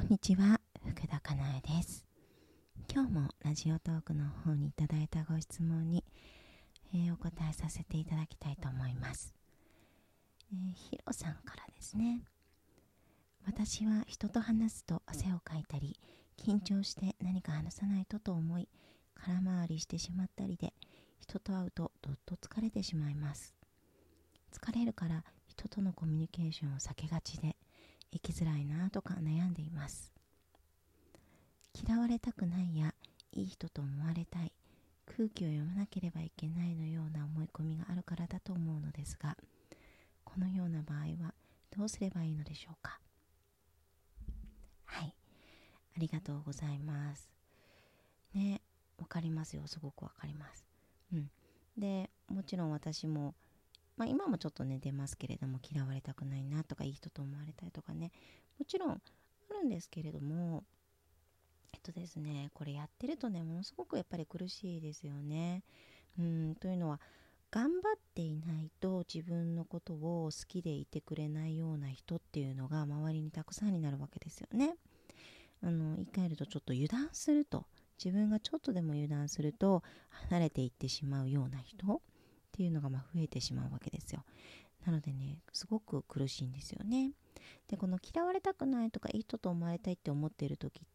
んにちは、福田かなえです。今日もラジオトークの方にいただいたご質問に、お答えさせていただきたいと思います。ヒロさんからですね。私は人と話すと汗をかいたり、緊張して何か話さないとと思い、空回りしてしまったりで、人と会うとどっと疲れてしまいます。疲れるから人とのコミュニケーションを避けがちで、生きづらいなとか悩んでいます。嫌われたくないや、いい人と思われたい、空気を読まなければいけないのような思い込みがあるからだと思うのですが、このような場合はどうすればいいのでしょうか。はい、ありがとうございます。ね、わかりますよ、すごくわかります。で、もちろん私も、今もちょっとね出ますけれども、嫌われたくないなとか、いい人と思われたいとかね、もちろんあるんですけれども、ですね、これやってるとね、ものすごくやっぱり苦しいですよね。というのは、頑張っていないと自分のことを好きでいてくれないような人っていうのが周りにたくさんになるわけですよね。言い換えると、ちょっと油断すると、自分がちょっとでも油断すると離れていってしまうような人っていうのが増えてしまうわけですよ。なのでね、すごく苦しいんですよね。で、この嫌われたくないとか、いい人と思われたいって思っている時って、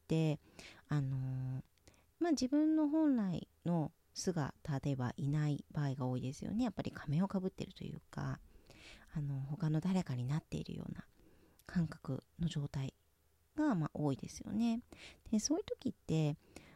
自分の本来の姿ではいない場合が多いですよね。やっぱり仮面をかぶっているというか、他の誰かになっているような感覚の状態が多いですよね。で、そういう時って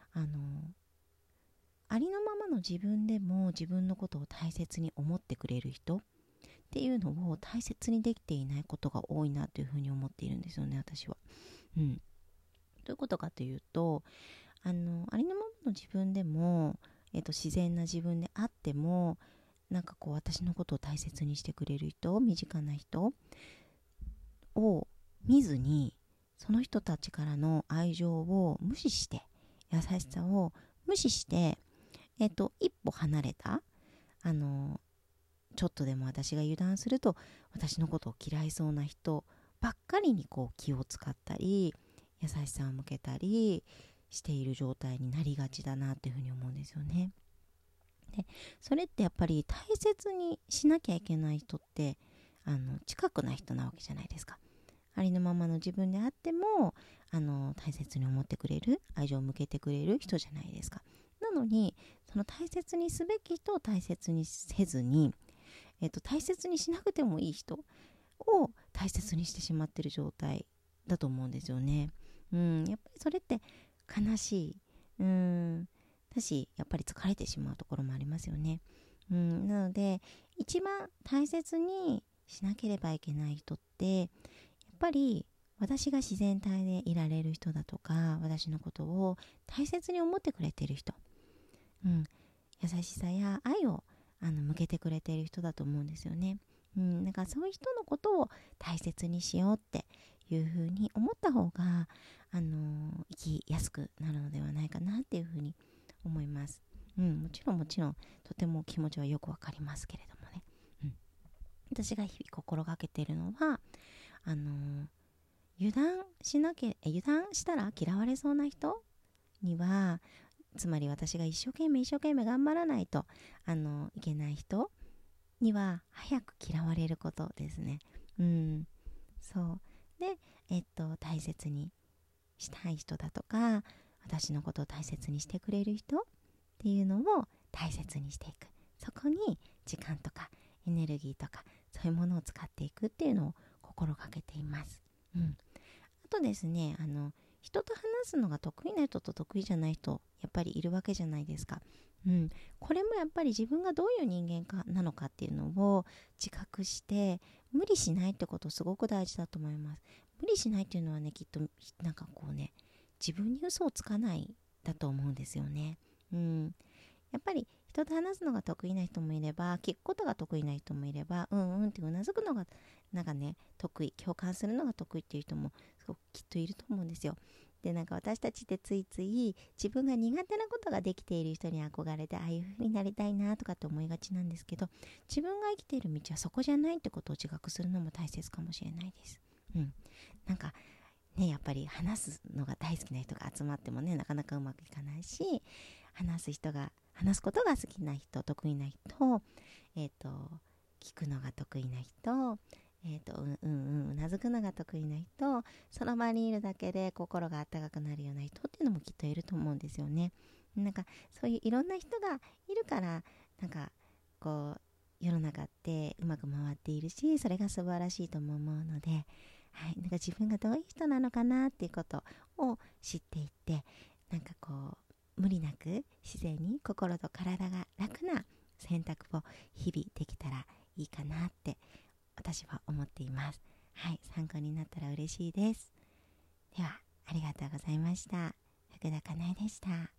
ありのままの自分でも自分のことを大切に思ってくれる人っていうのを大切にできていないことが多いなというふうに思っているんですよね、私は。どういうことかというと、ありのままの自分でも、自然な自分であっても、私のことを大切にしてくれる人、身近な人を見ずに、その人たちからの愛情を無視して、優しさを無視して、一歩離れた、ちょっとでも私が油断すると私のことを嫌いそうな人ばっかりに気を使ったり、優しさを向けたりしている状態になりがちだなというふうに思うんですよね。で、それってやっぱり大切にしなきゃいけない人って、近くない人なわけじゃないですか。ありのままの自分であっても大切に思ってくれる、愛情を向けてくれる人じゃないですか。なのに、その大切にすべき人を大切にせずに、大切にしなくてもいい人を大切にしてしまっている状態だと思うんですよね。やっぱりそれって悲しい。だし、やっぱり疲れてしまうところもありますよね。なので、一番大切にしなければいけない人って、やっぱり私が自然体でいられる人だとか、私のことを大切に思ってくれている人、優しさや愛を向けてくれている人だと思うんですよね。だからそういう人のことを大切にしようっていうふうに思った方が生きやすくなるのではないかなっていうふうに思います。もちろんとても気持ちはよくわかりますけれどもね。私が日々心がけているのは油断したら嫌われそうな人には、つまり私が一生懸命頑張らないといけない人には早く嫌われることですね。そうで、大切にしたい人だとか、私のことを大切にしてくれる人っていうのを大切にしていく。そこに時間とかエネルギーとか、そういうものを使っていくっていうのを心がけています。あとですね、人と話すのが得意な人と得意じゃない人、やっぱりいるわけじゃないですか。これもやっぱり自分がどういう人間かなのかっていうのを自覚して、無理しないってことすごく大事だと思います。無理しないっていうのはね、きっと自分に嘘をつかないだと思うんですよね。やっぱり人と話すのが得意な人もいれば、聞くことが得意な人もいれば、ってうなずくのが得意、共感するのが得意っていう人もすごくきっといると思うんですよ。で、私たちってついつい自分が苦手なことができている人に憧れて、ああいう風になりたいなとかって思いがちなんですけど、自分が生きている道はそこじゃないってことを自覚するのも大切かもしれないです。 ね、やっぱり話すのが大好きな人が集まってもね、なかなかうまくいかないし、話すことが好きな人、得意な人、聞くのが得意な人、うなずくのが得意な人、その場にいるだけで心が温かくなるような人っていうのもきっといると思うんですよね。なんかそういういろんな人がいるから、なんかこう世の中ってうまく回っているし、それが素晴らしいとも思うので、はい、なんか自分がどういう人なのかなっていうことを知っていって、なんか無理なく自然に心と体が楽な選択を日々できたらいいかなって私は思っています。はい、参考になったら嬉しいです。では、ありがとうございました。福田かなえでした。